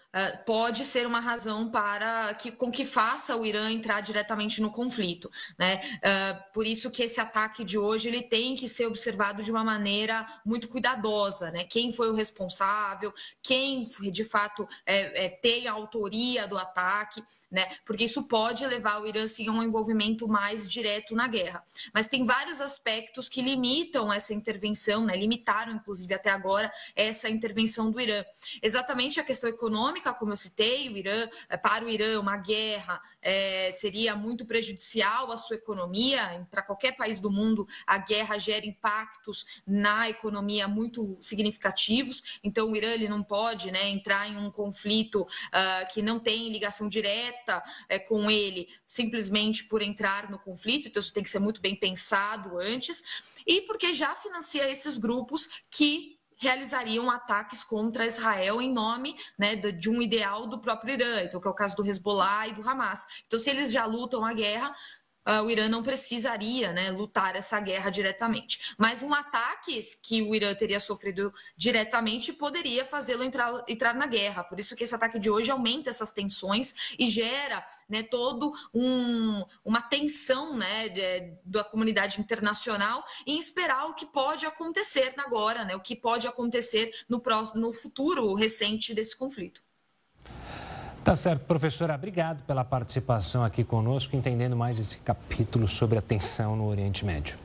Uh, pode ser uma razão para que, com que faça o Irã entrar diretamente no conflito, né? Uh, por isso que esse ataque de hoje ele tem que ser observado de uma maneira muito cuidadosa, né? Quem foi o responsável, quem de fato é, é, tem a autoria do ataque, né? Porque isso pode levar o Irã sim, a um envolvimento mais direto na guerra. Mas tem vários aspectos que limitam essa intervenção, né? Limitaram inclusive até agora essa intervenção do Irã. Exatamente a questão econômica, como eu citei, o Irã, para o Irã, uma guerra é, seria muito prejudicial à sua economia. Para qualquer país do mundo, a guerra gera impactos na economia muito significativos. Então, o Irã ele não pode, né, entrar em um conflito uh, que não tem ligação direta é, com ele, simplesmente por entrar no conflito. Então, isso tem que ser muito bem pensado antes. E porque já financia esses grupos que realizariam ataques contra Israel em nome, né, de um ideal do próprio Irã, então, que é o caso do Hezbollah e do Hamas. Então, se eles já lutam a guerra, uh, o Irã não precisaria, né, lutar essa guerra diretamente. Mas um ataque que o Irã teria sofrido diretamente poderia fazê-lo entrar, entrar na guerra. Por isso que esse ataque de hoje aumenta essas tensões e gera, né, todo um, uma tensão, né, de, da comunidade internacional em esperar o que pode acontecer agora, né, o que pode acontecer no, próximo, no futuro recente desse conflito. Tá certo, professora. Obrigado pela participação aqui conosco, entendendo mais esse capítulo sobre a tensão no Oriente Médio.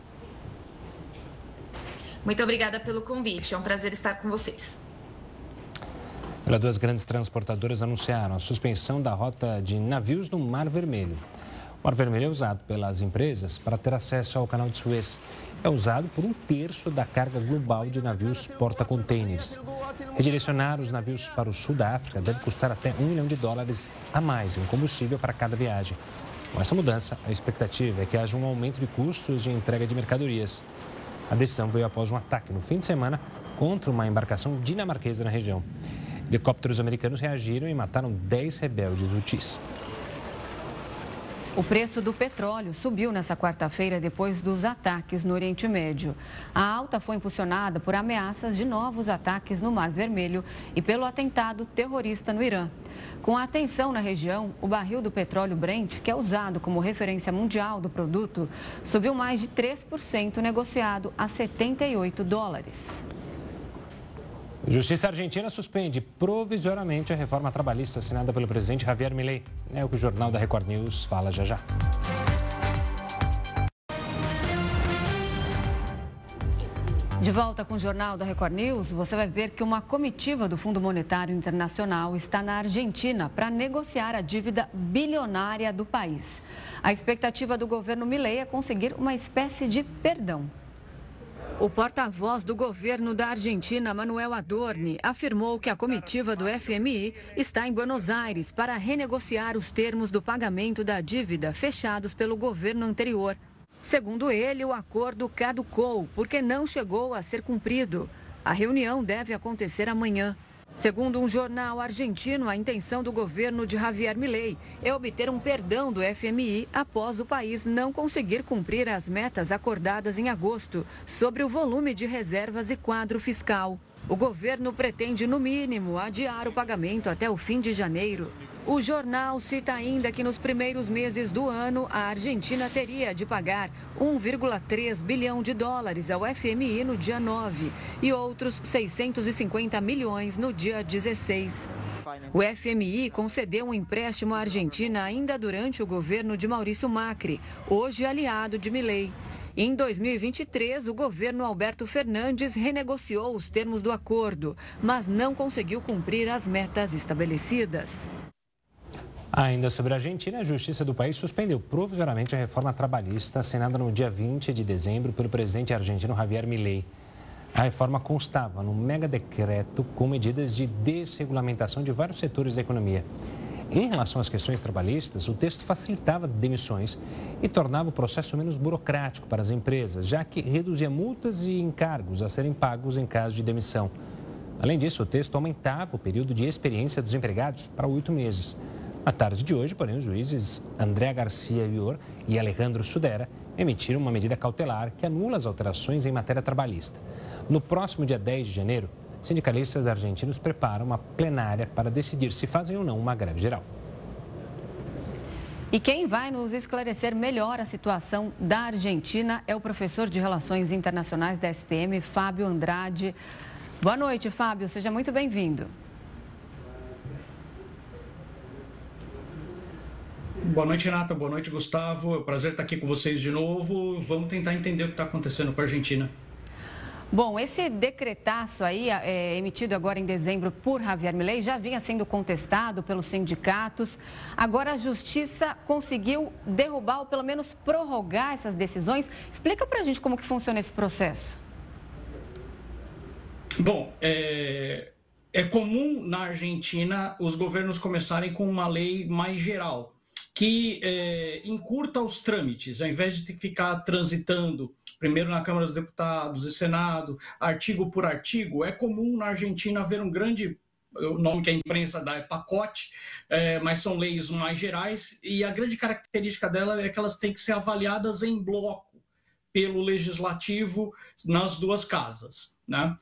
Muito obrigada pelo convite. É um prazer estar com vocês. Olha, duas grandes transportadoras anunciaram a suspensão da rota de navios no Mar Vermelho. O Mar Vermelho é usado pelas empresas para ter acesso ao Canal de Suez. É usado por um terço da carga global de navios porta-containers. Redirecionar os navios para o sul da África deve custar até um milhão de dólares a mais em combustível para cada viagem. Com essa mudança, a expectativa é que haja um aumento de custos de entrega de mercadorias. A decisão veio após um ataque no fim de semana contra uma embarcação dinamarquesa na região. Helicópteros americanos reagiram e mataram dez rebeldes hutis. O preço do petróleo subiu nesta quarta-feira depois dos ataques no Oriente Médio. A alta foi impulsionada por ameaças de novos ataques no Mar Vermelho e pelo atentado terrorista no Irã. Com a tensão na região, o barril do petróleo Brent, que é usado como referência mundial do produto, subiu mais de três por cento, negociado a setenta e oito dólares. Justiça argentina suspende provisoriamente a reforma trabalhista assinada pelo presidente Javier Milei. É o que o Jornal da Record News fala já já. De volta com o Jornal da Record News, você vai ver que uma comitiva do Fundo Monetário Internacional está na Argentina para negociar a dívida bilionária do país. A expectativa do governo Milei é conseguir uma espécie de perdão. O porta-voz do governo da Argentina, Manuel Adorni, afirmou que a comitiva do F M I está em Buenos Aires para renegociar os termos do pagamento da dívida fechados pelo governo anterior. Segundo ele, o acordo caducou porque não chegou a ser cumprido. A reunião deve acontecer amanhã. Segundo um jornal argentino, a intenção do governo de Javier Milei é obter um perdão do F M I após o país não conseguir cumprir as metas acordadas em agosto sobre o volume de reservas e quadro fiscal. O governo pretende, no mínimo, adiar o pagamento até o fim de janeiro. O jornal cita ainda que nos primeiros meses do ano, a Argentina teria de pagar um vírgula três bilhão de dólares ao F M I no dia nove e outros seiscentos e cinquenta milhões no dia dezesseis. O F M I concedeu um empréstimo à Argentina ainda durante o governo de Maurício Macri, hoje aliado de Milei. Em dois mil e vinte e três, o governo Alberto Fernandes renegociou os termos do acordo, mas não conseguiu cumprir as metas estabelecidas. Ainda sobre a Argentina, a Justiça do país suspendeu provisoriamente a reforma trabalhista assinada no dia vinte de dezembro pelo presidente argentino Javier Milei. A reforma constava num mega decreto com medidas de desregulamentação de vários setores da economia. Em relação às questões trabalhistas, o texto facilitava demissões e tornava o processo menos burocrático para as empresas, já que reduzia multas e encargos a serem pagos em caso de demissão. Além disso, o texto aumentava o período de experiência dos empregados para oito meses. Na tarde de hoje, porém, os juízes André Garcia Vior e Alejandro Sudera emitiram uma medida cautelar que anula as alterações em matéria trabalhista. No próximo dia dez de janeiro, sindicalistas argentinos preparam uma plenária para decidir se fazem ou não uma greve geral. E quem vai nos esclarecer melhor a situação da Argentina é o professor de Relações Internacionais da S P M, Fábio Andrade. Boa noite, Fábio. Seja muito bem-vindo. Boa noite, Renata. Boa noite, Gustavo. É um prazer estar aqui com vocês de novo. Vamos tentar entender o que está acontecendo com a Argentina. Bom, esse decretaço aí, é, emitido agora em dezembro por Javier Milei, já vinha sendo contestado pelos sindicatos. Agora a Justiça conseguiu derrubar ou pelo menos prorrogar essas decisões. Explica pra gente como que funciona esse processo. Bom, é, é comum na Argentina os governos começarem com uma lei mais geral, que é, encurta os trâmites, ao invés de ter que ficar transitando primeiro na Câmara dos Deputados e Senado, artigo por artigo. É comum na Argentina haver um grande, o nome que a imprensa dá é pacote, é, mas são leis mais gerais, e a grande característica dela é que elas têm que ser avaliadas em bloco pelo Legislativo nas duas casas, né?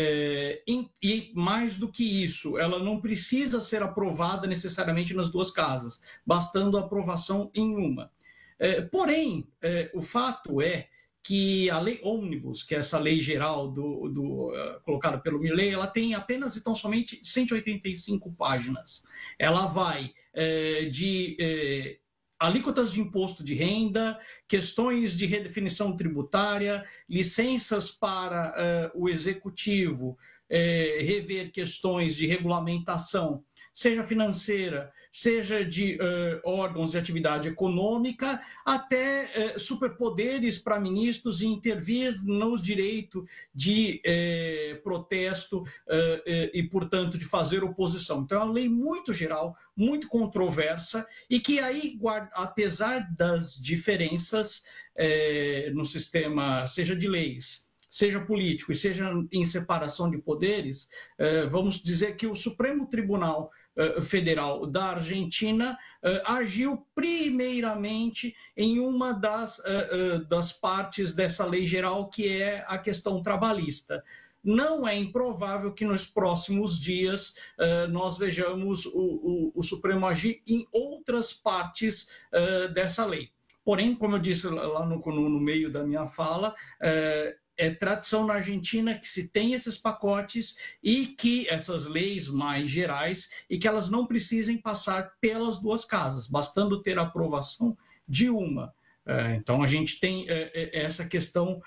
É, e mais do que isso, ela não precisa ser aprovada necessariamente nas duas casas, bastando a aprovação em uma. É, porém, é, o fato é que a lei ônibus, que é essa lei geral do, do, uh, colocada pelo Milei, ela tem apenas e tão somente cento e oitenta e cinco páginas. Ela vai uh, de uh, alíquotas de imposto de renda, questões de redefinição tributária, licenças para uh, o executivo, uh, rever questões de regulamentação, seja financeira, seja de uh, órgãos de atividade econômica, até uh, superpoderes para ministros e intervir nos direitos de uh, protesto uh, uh, e, portanto, de fazer oposição. Então, é uma lei muito geral, muito controversa e que aí, apesar das diferenças uh, no sistema, seja de leis, seja político e seja em separação de poderes, uh, vamos dizer que o Supremo Tribunal Federal da Argentina uh, agiu primeiramente em uma das, uh, uh, das partes dessa lei geral, que é a questão trabalhista. Não é improvável que nos próximos dias uh, nós vejamos o, o, o Supremo agir em outras partes uh, dessa lei. Porém, como eu disse lá no, no, no meio da minha fala, uh, é tradição na Argentina que se tem esses pacotes e que essas leis mais gerais e que elas não precisem passar pelas duas casas, bastando ter a aprovação de uma. Então, a gente tem essa questão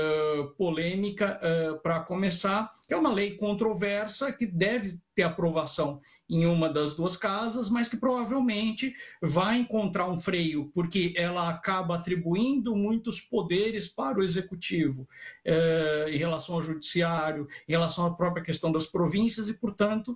polêmica para começar, que é uma lei controversa que deve ter aprovação em uma das duas casas, mas que provavelmente vai encontrar um freio, porque ela acaba atribuindo muitos poderes para o executivo em relação ao judiciário, em relação à própria questão das províncias e, portanto,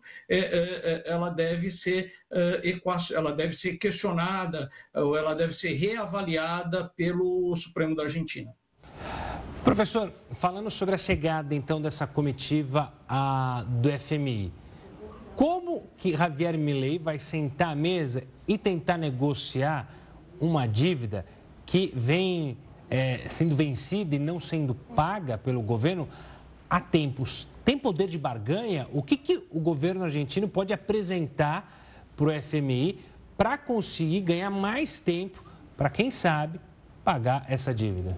ela deve ser, ela deve ser questionada ou ela deve ser reavaliada pelo Supremo da Argentina. Professor, falando sobre a chegada, então, dessa comitiva a, do F M I, como que Javier Milei vai sentar à mesa e tentar negociar uma dívida que vem é, sendo vencida e não sendo paga pelo governo há tempos? Tem poder de barganha? O que, que o governo argentino pode apresentar para o F M I para conseguir ganhar mais tempo para, quem sabe, pagar essa dívida?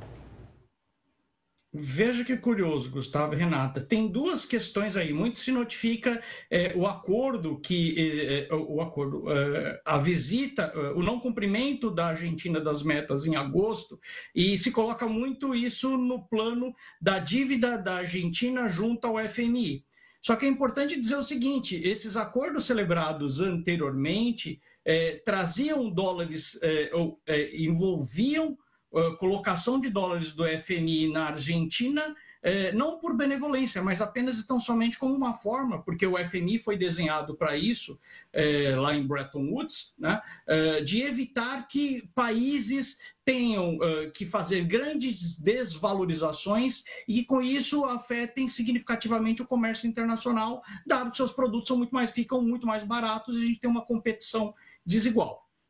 Veja que curioso, Gustavo e Renata. Tem duas questões aí. Muito se notifica é, o acordo que é, o acordo, é, a visita, o não cumprimento da Argentina das metas em agosto, e se coloca muito isso no plano da dívida da Argentina junto ao F M I. Só que é importante dizer o seguinte: esses acordos celebrados anteriormente é, traziam dólares, é, ou, é, envolviam Uh, colocação de dólares do F M I na Argentina, eh, não por benevolência, mas apenas e tão somente como uma forma, porque o F M I foi desenhado para isso, eh, lá em Bretton Woods, né, eh, de evitar que países tenham uh, que fazer grandes desvalorizações e que com isso afetem significativamente o comércio internacional, dado que seus produtos são muito mais, ficam muito mais baratos e a gente tem uma competição desigual.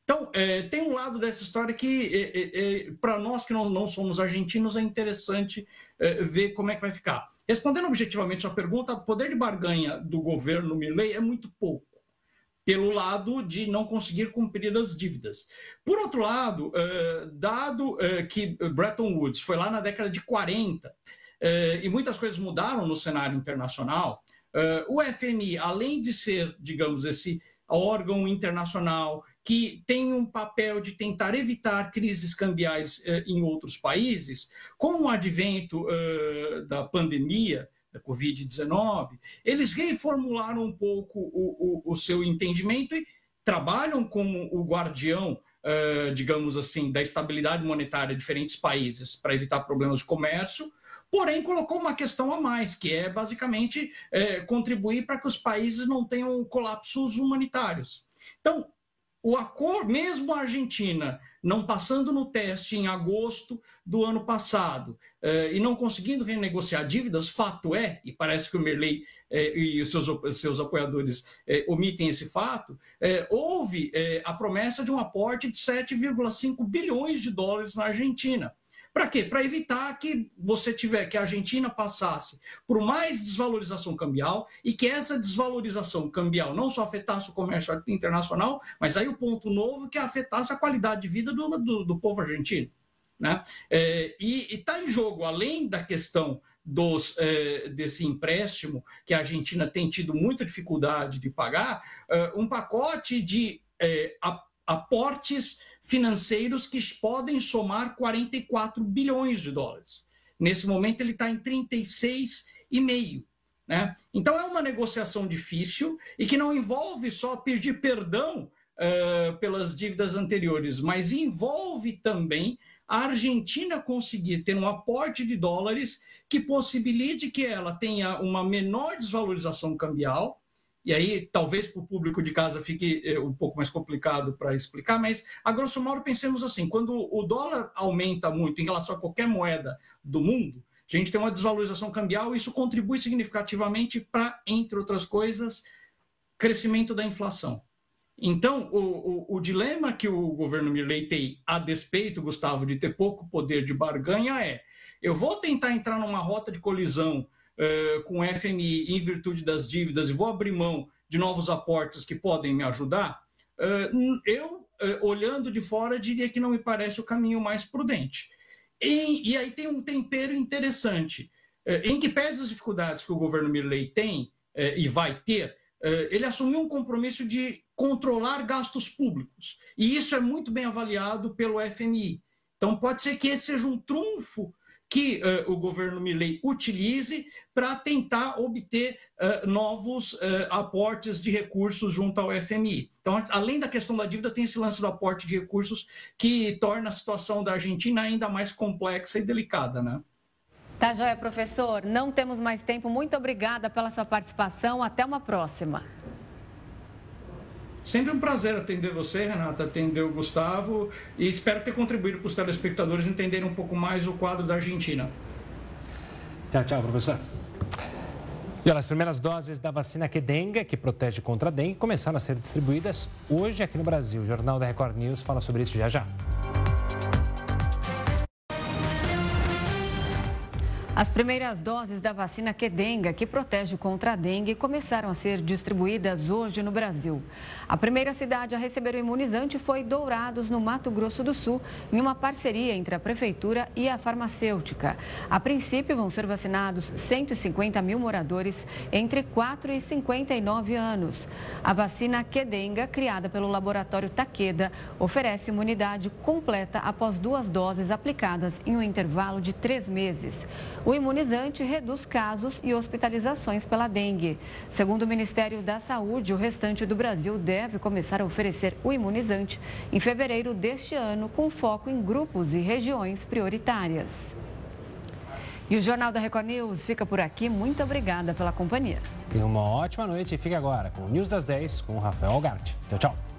Então, é, tem um lado dessa história que, é, é, para nós que não, não somos argentinos, é interessante é, ver como é que vai ficar. Respondendo objetivamente a pergunta, o poder de barganha do governo Milei é muito pouco, pelo lado de não conseguir cumprir as dívidas. Por outro lado, é, dado é, que Bretton Woods foi lá na década de quarenta, é, e muitas coisas mudaram no cenário internacional, é, o F M I, além de ser, digamos, esse órgão internacional que tem um papel de tentar evitar crises cambiais eh, em outros países, com o advento eh, da pandemia, da covid dezenove, eles reformularam um pouco o, o, o seu entendimento e trabalham como o guardião, eh, digamos assim, da estabilidade monetária de diferentes países para evitar problemas de comércio, porém colocou uma questão a mais, que é basicamente eh, contribuir para que os países não tenham colapsos humanitários. Então, o acordo, mesmo a Argentina não passando no teste em agosto do ano passado eh, e não conseguindo renegociar dívidas, fato é, e parece que o Milei eh, e os seus, seus apoiadores eh, omitem esse fato, eh, houve eh, a promessa de um aporte de sete vírgula cinco bilhões de dólares na Argentina. Para quê? Para evitar que você tiver, que a Argentina passasse por mais desvalorização cambial e que essa desvalorização cambial não só afetasse o comércio internacional, mas aí o ponto novo que afetasse a qualidade de vida do, do, do povo argentino, né? É, e está em jogo, além da questão dos, é, desse empréstimo que a Argentina tem tido muita dificuldade de pagar, é, um pacote de é, aportes financeiros que podem somar quarenta e quatro bilhões de dólares. Nesse momento, ele está em trinta e seis vírgula cinco. Né? Então, é uma negociação difícil e que não envolve só pedir perdão uh, pelas dívidas anteriores, mas envolve também a Argentina conseguir ter um aporte de dólares que possibilite que ela tenha uma menor desvalorização cambial. E aí, talvez para o público de casa fique um pouco mais complicado para explicar, mas, a grosso modo, pensemos assim, quando o dólar aumenta muito em relação a qualquer moeda do mundo, a gente tem uma desvalorização cambial e isso contribui significativamente para, entre outras coisas, crescimento da inflação. Então, o, o, o dilema que o governo Milei tem, a despeito, Gustavo, de ter pouco poder de barganha é, eu vou tentar entrar numa rota de colisão Uh, com o F M I em virtude das dívidas e vou abrir mão de novos aportes que podem me ajudar, uh, eu, uh, olhando de fora, diria que não me parece o caminho mais prudente. E, e aí tem um tempero interessante. Uh, em que pese as dificuldades que o governo Milei tem uh, e vai ter, uh, ele assumiu um compromisso de controlar gastos públicos. E isso é muito bem avaliado pelo F M I. Então pode ser que esse seja um trunfo que uh, o governo Milei utilize para tentar obter uh, novos uh, aportes de recursos junto ao F M I. Então, além da questão da dívida, tem esse lance do aporte de recursos que torna a situação da Argentina ainda mais complexa e delicada, né? Tá joia, professor. Não temos mais tempo. Muito obrigada pela sua participação. Até uma próxima. Sempre um prazer atender você, Renata, atender o Gustavo e espero ter contribuído para os telespectadores entenderem um pouco mais o quadro da Argentina. Tchau, tchau, professor. E olha, as primeiras doses da vacina Qdenga, que protege contra a dengue, começaram a ser distribuídas hoje aqui no Brasil. O Jornal da Record News fala sobre isso já já. As primeiras doses da vacina Qdenga, que protege contra a dengue, começaram a ser distribuídas hoje no Brasil. A primeira cidade a receber o imunizante foi Dourados, no Mato Grosso do Sul, em uma parceria entre a Prefeitura e a farmacêutica. A princípio, vão ser vacinados cento e cinquenta mil moradores entre quatro e cinquenta e nove anos. A vacina Qdenga, criada pelo laboratório Takeda, oferece imunidade completa após duas doses aplicadas em um intervalo de três meses. O imunizante reduz casos e hospitalizações pela dengue. Segundo o Ministério da Saúde, o restante do Brasil deve começar a oferecer o imunizante em fevereiro deste ano, com foco em grupos e regiões prioritárias. E o Jornal da Record News fica por aqui. Muito obrigada pela companhia. Tenha uma ótima noite e fique agora com o News das dez com o Rafael Algarte. Tchau, tchau.